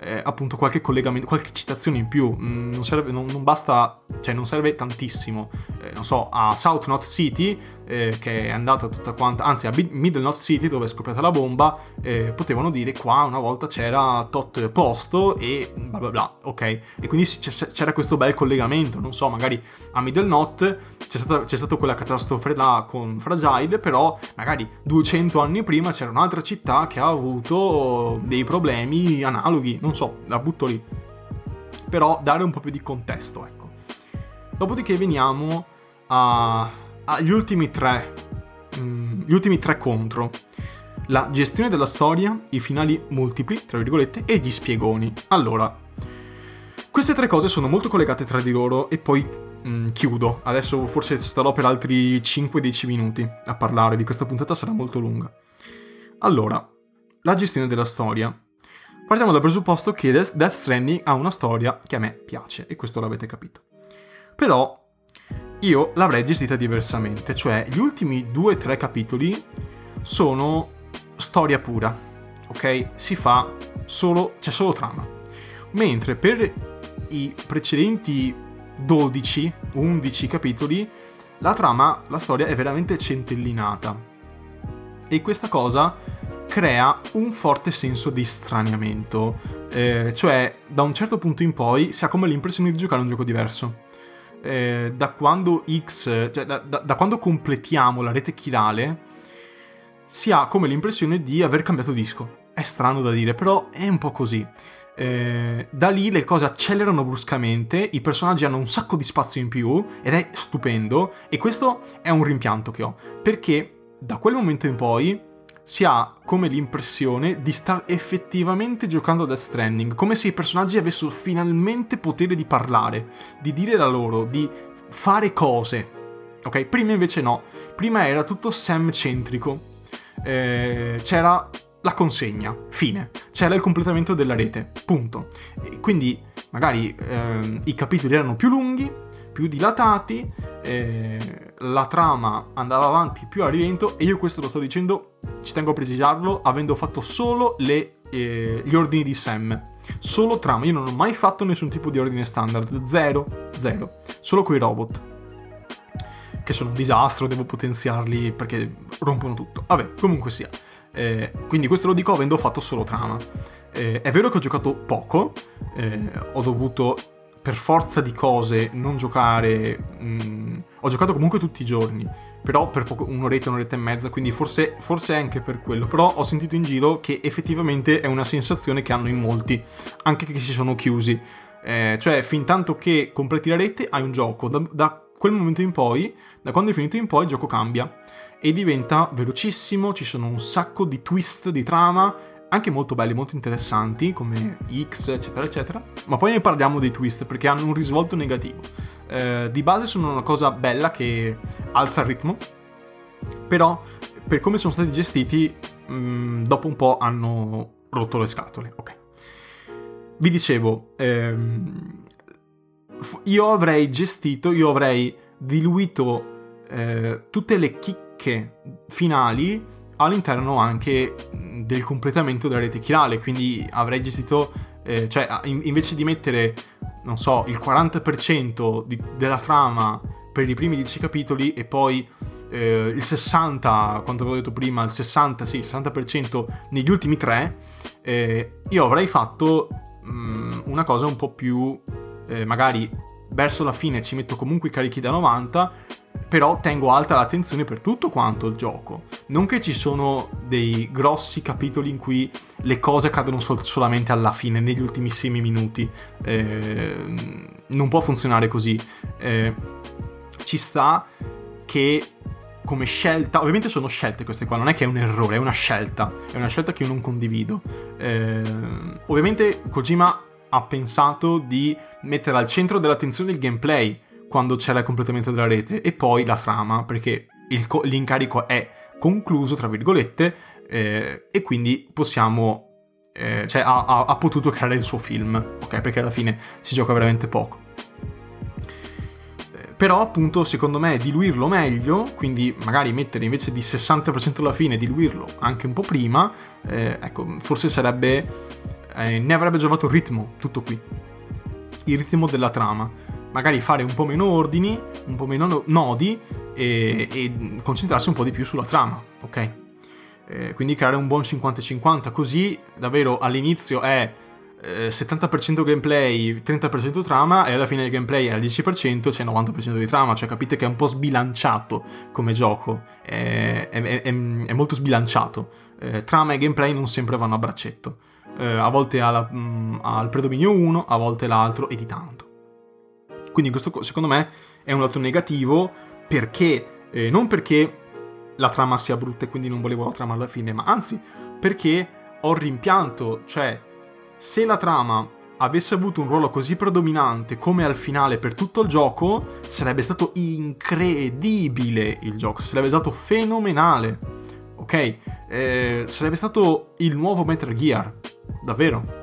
eh, appunto qualche collegamento, qualche citazione in più. Mm, non serve, non, non basta, cioè non serve tantissimo. Eh, non so, a South Knot City, eh, che è andata tutta quanta, anzi a Middle Knot City, dove è scoppiata la bomba, eh, potevano dire qua una volta c'era tot posto e bla bla bla, ok? E quindi c'era questo bel collegamento, non so, magari a Middle Knot c'è stata, c'è stata quella catastrofe là con Fragile, però magari duecento anni prima c'era un'altra città che ha avuto dei problemi analoghi, non so, la butto lì. Però dare un po' più di contesto, ecco. Dopodiché veniamo a, agli ultimi tre, mh, gli ultimi tre contro. La gestione della storia, i finali multipli, tra virgolette, e gli spiegoni. Allora, queste tre cose sono molto collegate tra di loro e poi mh, chiudo. Adesso forse starò per altri cinque dieci minuti a parlarvi, questa puntata sarà molto lunga. Allora, la gestione della storia. Partiamo dal presupposto che Death Stranding ha una storia che a me piace, e questo l'avete capito. Però io l'avrei gestita diversamente, cioè gli ultimi due tre capitoli sono storia pura, ok? Si fa solo, c'è solo trama. Mentre per i precedenti dodici undici capitoli la trama, la storia è veramente centellinata. E questa cosa crea un forte senso di straniamento, eh, cioè da un certo punto in poi si ha come l'impressione di giocare un gioco diverso. Eh, da quando X, cioè da, da, da quando completiamo la rete chirale, si ha come l'impressione di aver cambiato disco. È strano da dire, però è un po' così. Eh, da lì le cose accelerano bruscamente, i personaggi hanno un sacco di spazio in più ed è stupendo, e questo è un rimpianto che ho, perché da quel momento in poi si ha come l'impressione di star effettivamente giocando a Death Stranding, come se i personaggi avessero finalmente potere di parlare, di dire la loro, di fare cose. Ok? Prima invece no. Prima era tutto Sam-centrico. Eh, c'era la consegna, fine. C'era il completamento della rete, punto. E quindi magari ehm, i capitoli erano più lunghi, più dilatati, eh, la trama andava avanti più a rilento, e io questo lo sto dicendo, ci tengo a precisarlo, avendo fatto solo le, eh, gli ordini di Sam, solo trama. Io non ho mai fatto nessun tipo di ordine standard, zero, zero, solo coi robot, che sono un disastro, devo potenziarli perché rompono tutto. Vabbè, comunque sia, eh, quindi questo lo dico avendo fatto solo trama. Eh, è vero che ho giocato poco, eh, ho dovuto per forza di cose non giocare, mh, ho giocato comunque tutti i giorni, però per poco, un'oretta, un'oretta e mezza, quindi forse, forse anche per quello. Però ho sentito in giro che effettivamente è una sensazione che hanno in molti, anche che si sono chiusi, eh, cioè fin tanto che completi la rete hai un gioco, da, da quel momento in poi, da quando è finito in poi il gioco cambia e diventa velocissimo, ci sono un sacco di twist di trama, anche molto belli, molto interessanti, come X, eccetera, eccetera. Ma poi ne parliamo dei twist, perché hanno un risvolto negativo. Eh, di base sono una cosa bella che alza il ritmo, però per come sono stati gestiti, mh, dopo un po' hanno rotto le scatole. Ok. Vi dicevo, ehm, io avrei gestito, io avrei diluito eh, tutte le chicche finali all'interno anche del completamento della rete chirale, quindi avrei gestito, eh, cioè in, invece di mettere, non so, il quaranta per cento di, della trama per i primi dieci capitoli e poi eh, il sessanta, quanto avevo detto prima, il sessanta, sì, il sessanta per cento negli ultimi tre, eh, io avrei fatto mh, una cosa un po' più, eh, magari verso la fine ci metto comunque i carichi da novanta, però tengo alta l'attenzione per tutto quanto il gioco. Non che ci sono dei grossi capitoli in cui le cose accadono sol- solamente alla fine, negli ultimissimi minuti. Eh, non può funzionare così. Eh, ci sta che come scelta, ovviamente sono scelte queste qua, non è che è un errore, è una scelta, è una scelta che io non condivido. Eh, ovviamente Kojima ha pensato di mettere al centro dell'attenzione il gameplay quando c'era il completamento della rete, e poi la trama, perché il co- l'incarico è concluso, tra virgolette, eh, e quindi possiamo, eh, cioè ha, ha, ha potuto creare il suo film, ok? Perché alla fine si gioca veramente poco. Eh, però appunto secondo me diluirlo meglio, quindi magari mettere invece di sessanta per cento alla fine, diluirlo anche un po' prima, eh, ecco, forse sarebbe eh, ne avrebbe giovato il ritmo, tutto qui. Il ritmo della trama. Magari fare un po' meno ordini, un po' meno nodi e, e concentrarsi un po' di più sulla trama, ok? Eh, quindi creare un buon cinquanta cinquanta, così davvero all'inizio è eh, settanta per cento gameplay, trenta per cento trama, e alla fine del gameplay è al dieci per cento, c'è novanta per cento di trama, cioè capite che è un po' sbilanciato come gioco, è, è, è, è molto sbilanciato, eh, trama e gameplay non sempre vanno a braccetto, eh, a volte ha, la, mh, ha il predominio uno, a volte l'altro, e di tanto. Quindi questo secondo me è un lato negativo, perché eh, non perché la trama sia brutta e quindi non volevo la trama alla fine, ma anzi perché ho rimpianto, cioè se la trama avesse avuto un ruolo così predominante come al finale per tutto il gioco, sarebbe stato incredibile il gioco, sarebbe stato fenomenale, ok? Eh, sarebbe stato il nuovo Metal Gear, davvero.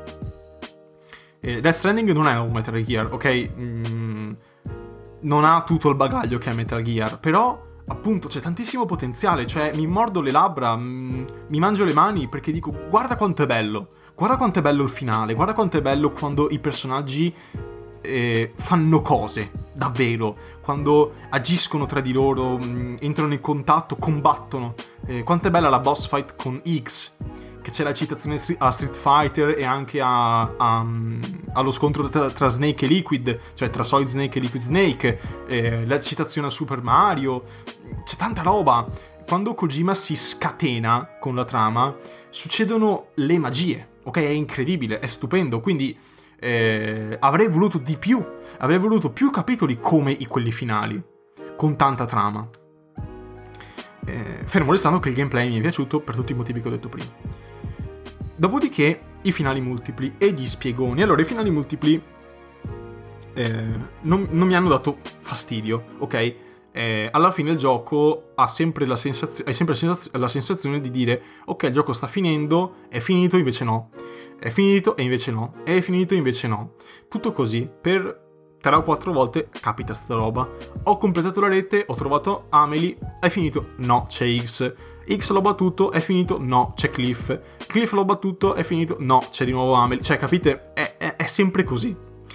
Eh, Death Stranding non è un Metal Gear, ok? Mm, non ha tutto il bagaglio che è Metal Gear, però appunto c'è tantissimo potenziale, cioè mi mordo le labbra, mm, mi mangio le mani perché dico guarda quanto è bello, guarda quanto è bello il finale, guarda quanto è bello quando i personaggi eh, fanno cose, davvero, quando agiscono tra di loro, mh, entrano in contatto, combattono, eh, quanto è bella la boss fight con X, che c'è la citazione a Street Fighter e anche a, a, allo scontro tra, tra Snake e Liquid, cioè tra Solid Snake e Liquid Snake, eh, la citazione a Super Mario, c'è tanta roba. Quando Kojima si scatena con la trama succedono le magie, ok? È incredibile, è stupendo, quindi eh, avrei voluto di più, avrei voluto più capitoli come i quelli finali, con tanta trama. Eh, fermo restando che il gameplay mi è piaciuto per tutti i motivi che ho detto prima. Dopodiché i finali multipli e gli spiegoni. Allora, i finali multipli eh, non, non mi hanno dato fastidio, ok? Eh, alla fine il gioco ha sempre la sensazione, hai sempre la sensazione, la sensazione di dire ok, il gioco sta finendo, è finito, invece no. È finito e invece no. È finito e invece no. Tutto così per tre o quattro volte capita sta roba. Ho completato la rete, ho trovato Amelie, è finito, no, c'è X. X l'ho battuto, è finito, no, c'è Cliff. Cliff l'ho battuto, è finito, no, c'è di nuovo Amelie. Cioè, capite? È, è, è sempre così.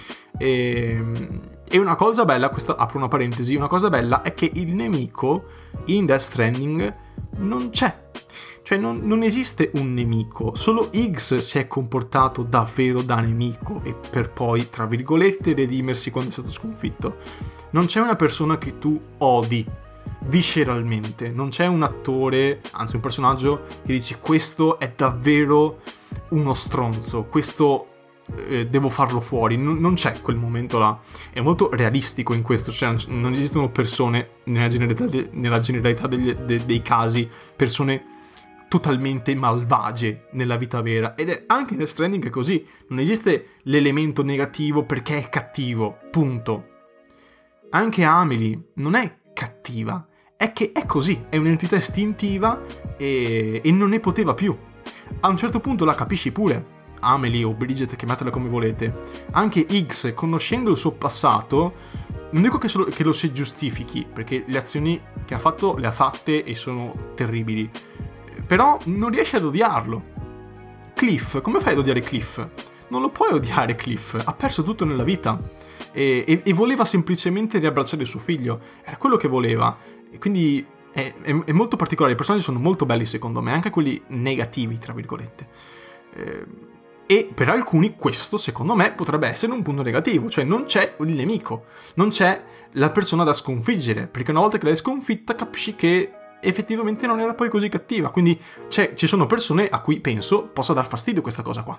E, e una cosa bella, questa apro una parentesi, una cosa bella è che il nemico in Death Stranding non c'è. Cioè non, non esiste un nemico, solo X si è comportato davvero da nemico e per poi, tra virgolette, redimersi quando è stato sconfitto. Non c'è una persona che tu odi visceralmente, non c'è un attore, anzi un personaggio che dici questo è davvero uno stronzo, questo eh, devo farlo fuori, non, non c'è quel momento là. È molto realistico in questo, cioè non esistono persone nella generalità, de, nella generalità degli, de, dei casi, persone totalmente malvagie nella vita vera, ed è anche nel Stranding è così, non esiste l'elemento negativo perché è cattivo, punto. Anche Amelie non è cattiva, è che è così, è un'entità istintiva e, e non ne poteva più. A un certo punto la capisci pure, Amelie o Bridget, chiamatela come volete. Anche X, conoscendo il suo passato, non dico che, solo, che lo si giustifichi, perché le azioni che ha fatto le ha fatte e sono terribili, però non riesce ad odiarlo. Cliff, come fai ad odiare Cliff? Non lo puoi odiare Cliff, ha perso tutto nella vita e, e, e voleva semplicemente riabbracciare suo figlio, era quello che voleva, e quindi è, è, è molto particolare. I personaggi sono molto belli secondo me, anche quelli negativi tra virgolette, eh, e per alcuni questo secondo me potrebbe essere un punto negativo, cioè non c'è il nemico, non c'è la persona da sconfiggere, perché una volta che l'hai sconfitta capisci che effettivamente non era poi così cattiva, quindi ci sono persone a cui penso possa dar fastidio questa cosa qua.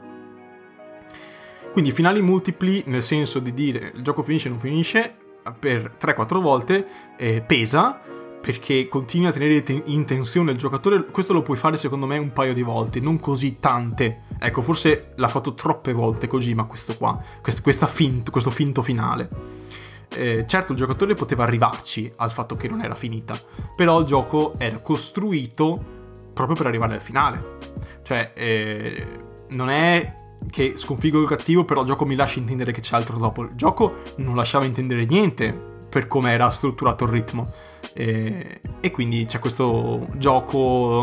Quindi finali multipli, nel senso di dire il gioco finisce o non finisce, per tre quattro volte eh, pesa, perché continui a tenere in tensione il giocatore. Questo lo puoi fare secondo me un paio di volte, non così tante, ecco, forse l'ha fatto troppe volte Kojima questo qua, quest- questa finto, questo finto finale. Eh, certo il giocatore poteva arrivarci al fatto che non era finita, però il gioco era costruito proprio per arrivare al finale, cioè eh, non è che sconfiggo il cattivo però il gioco mi lascia intendere che c'è altro dopo. Il gioco non lasciava intendere niente per come era strutturato il ritmo, eh, e quindi c'è questo gioco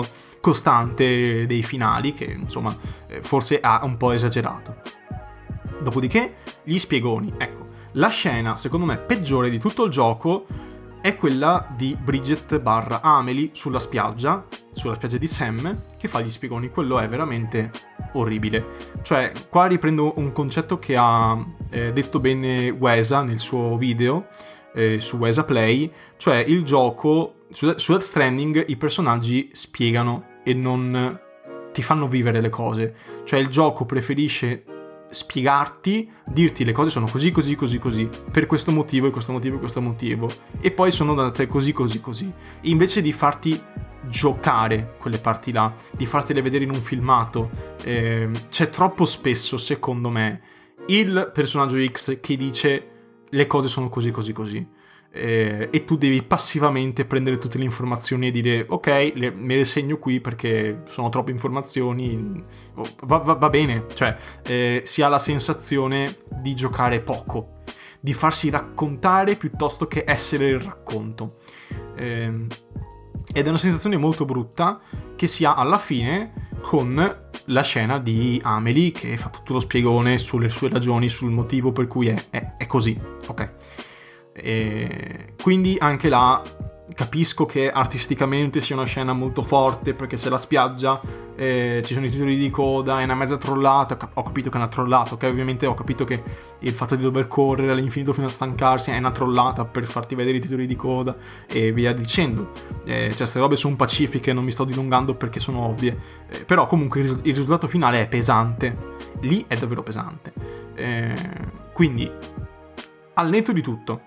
costante dei finali, che insomma forse ha un po' esagerato. Dopodiché gli spiegoni, ecco, la scena secondo me peggiore di tutto il gioco è quella di Bridget barra Amelie sulla spiaggia, sulla spiaggia di Sam, che fa gli spiegoni. Quello è veramente orribile. Cioè, qua riprendo un concetto che ha eh, detto bene Wesa nel suo video eh, su Wesa Play, cioè il gioco, su, su Death Stranding i personaggi spiegano e non ti fanno vivere le cose. Cioè il gioco preferisce spiegarti, dirti le cose sono così, così, così, così, per questo motivo, e questo motivo, e questo motivo, e poi sono da te così, così, così. Invece di farti giocare quelle parti là, di fartele vedere in un filmato, eh, c'è troppo spesso, secondo me, il personaggio X che dice le cose sono così, così, così. Eh, e tu devi passivamente prendere tutte le informazioni e dire ok, le, me le segno qui perché sono troppe informazioni, va, va, va bene, cioè eh, si ha la sensazione di giocare poco, di farsi raccontare piuttosto che essere il racconto, eh, ed è una sensazione molto brutta che si ha alla fine con la scena di Amelie che fa tutto lo spiegone sulle sue ragioni, sul motivo per cui è, è, è così, ok? E quindi anche là capisco che artisticamente sia una scena molto forte perché c'è la spiaggia, eh, ci sono i titoli di coda, è una mezza trollata, ho capito che è una trollata, ok? Ovviamente ho capito che il fatto di dover correre all'infinito fino a stancarsi è una trollata per farti vedere i titoli di coda e via dicendo, eh, cioè queste robe sono pacifiche, non mi sto dilungando perché sono ovvie, eh, però comunque il, ris- il risultato finale è pesante, lì è davvero pesante, eh, quindi al netto di tutto,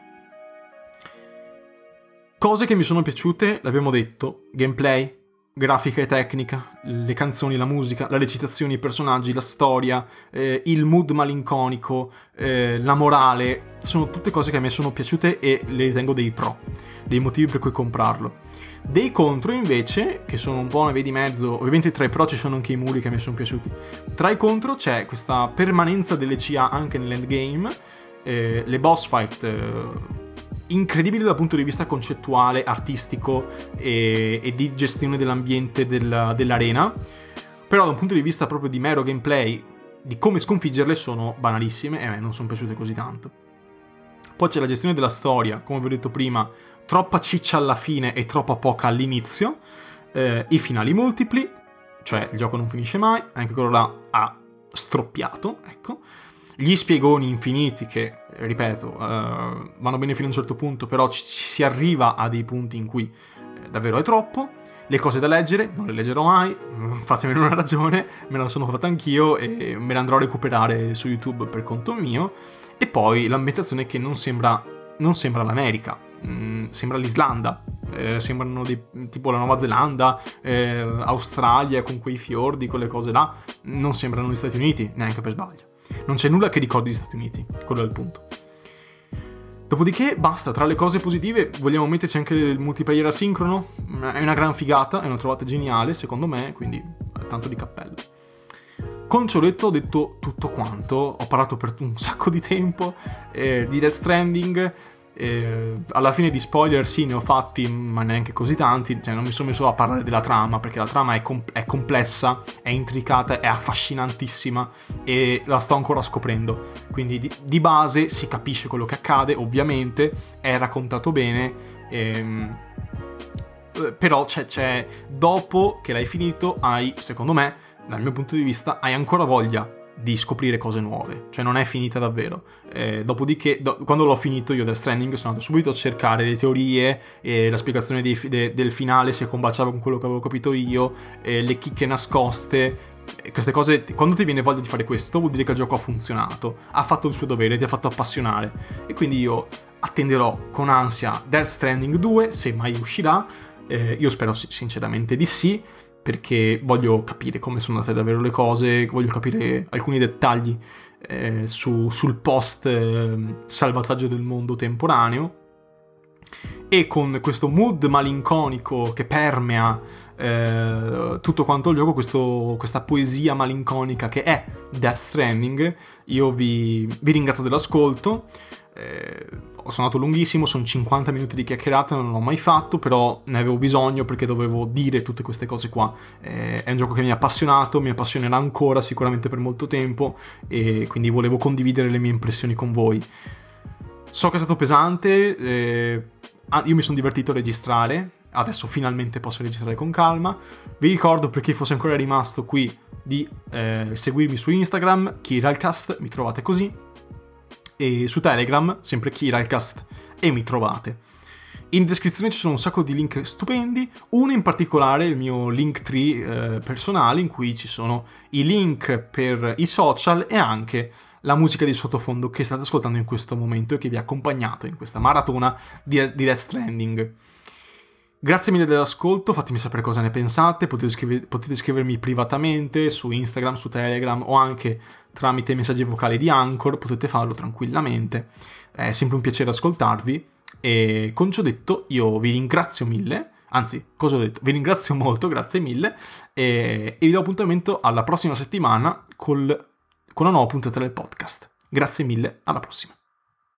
cose che mi sono piaciute, l'abbiamo detto, gameplay, grafica e tecnica, le canzoni, la musica, la recitazione, i personaggi, la storia, eh, il mood malinconico, eh, la morale, sono tutte cose che a me sono piaciute e le ritengo dei pro, dei motivi per cui comprarlo. Dei contro invece, che sono un po' una via di mezzo, ovviamente tra i pro ci sono anche i muri che mi sono piaciuti, tra i contro c'è questa permanenza delle C A anche nell'endgame, eh, le boss fight... Eh, incredibile dal punto di vista concettuale, artistico e, e di gestione dell'ambiente della, dell'arena, però da un punto di vista proprio di mero gameplay, di come sconfiggerle, sono banalissime e a me non sono piaciute così tanto. Poi c'è la gestione della storia, come vi ho detto prima, troppa ciccia alla fine e troppa poca all'inizio, eh, i finali multipli, cioè il gioco non finisce mai, anche quello là ha stroppiato, ecco. Gli spiegoni infiniti che, ripeto, uh, vanno bene fino a un certo punto, però ci, ci si arriva a dei punti in cui eh, davvero è troppo. Le cose da leggere, non le leggerò mai, fatemene una ragione, me la sono fatta anch'io e me la andrò a recuperare su YouTube per conto mio. E poi l'ambientazione che non sembra, non sembra l'America, mm, sembra l'Islanda, eh, sembrano dei, tipo la Nuova Zelanda, eh, Australia con quei fiordi, quelle cose là, non sembrano gli Stati Uniti, neanche per sbaglio. Non c'è nulla che ricordi gli Stati Uniti, quello è il punto. Dopodiché basta, tra le cose positive vogliamo metterci anche il multiplayer asincrono, è una gran figata, è una trovata geniale secondo me, quindi tanto di cappello. Con ciò detto ho detto tutto quanto, ho parlato per un sacco di tempo eh, di Death Stranding, eh, alla fine di spoiler sì ne ho fatti ma neanche così tanti, cioè non mi sono messo a parlare della trama perché la trama è, com- è complessa, è intricata, è affascinantissima e la sto ancora scoprendo, quindi di, di base si capisce quello che accade, ovviamente è raccontato bene, ehm, però c'è, c'è dopo che l'hai finito hai, secondo me, dal mio punto di vista, hai ancora voglia di scoprire cose nuove, cioè non è finita davvero. Eh, dopodiché, do, quando l'ho finito io Death Stranding, sono andato subito a cercare le teorie e la spiegazione dei, de, del finale, se combaciava con quello che avevo capito io, eh, le chicche nascoste, queste cose. Quando ti viene voglia di fare questo, vuol dire che il gioco ha funzionato, ha fatto il suo dovere, ti ha fatto appassionare, e quindi io attenderò con ansia Death Stranding due, se mai uscirà. Eh, io spero sinceramente di sì, perché voglio capire come sono andate davvero le cose, voglio capire alcuni dettagli eh, su, sul post eh, salvataggio del mondo temporaneo, e con questo mood malinconico che permea eh, tutto quanto il gioco, questo, questa poesia malinconica che è Death Stranding, io vi, vi ringrazio dell'ascolto. Eh, sono andato lunghissimo, sono cinquanta minuti di chiacchierata, non l'ho mai fatto, però ne avevo bisogno perché dovevo dire tutte queste cose qua. Eh, è un gioco che mi ha appassionato, mi appassionerà ancora sicuramente per molto tempo, e quindi volevo condividere le mie impressioni con voi. So che è stato pesante, eh, io mi sono divertito a registrare, adesso finalmente posso registrare con calma. Vi ricordo, per chi fosse ancora rimasto qui, di eh, seguirmi su Instagram, Kiralcast, mi trovate così, e su Telegram, sempre Kiralcast, e mi trovate. In descrizione ci sono un sacco di link stupendi, uno in particolare, il mio Linktree eh, personale, in cui ci sono i link per i social e anche la musica di sottofondo che state ascoltando in questo momento e che vi ha accompagnato in questa maratona di, di Death Stranding. Grazie mille dell'ascolto, fatemi sapere cosa ne pensate, potete, scriver- potete scrivermi privatamente su Instagram, su Telegram o anche tramite messaggi vocali di Anchor, potete farlo tranquillamente, è sempre un piacere ascoltarvi. E con ciò detto io vi ringrazio mille, anzi, cosa ho detto? Vi ringrazio molto, grazie mille, e, e vi do appuntamento alla prossima settimana col, con una nuova puntata del podcast. Grazie mille, alla prossima.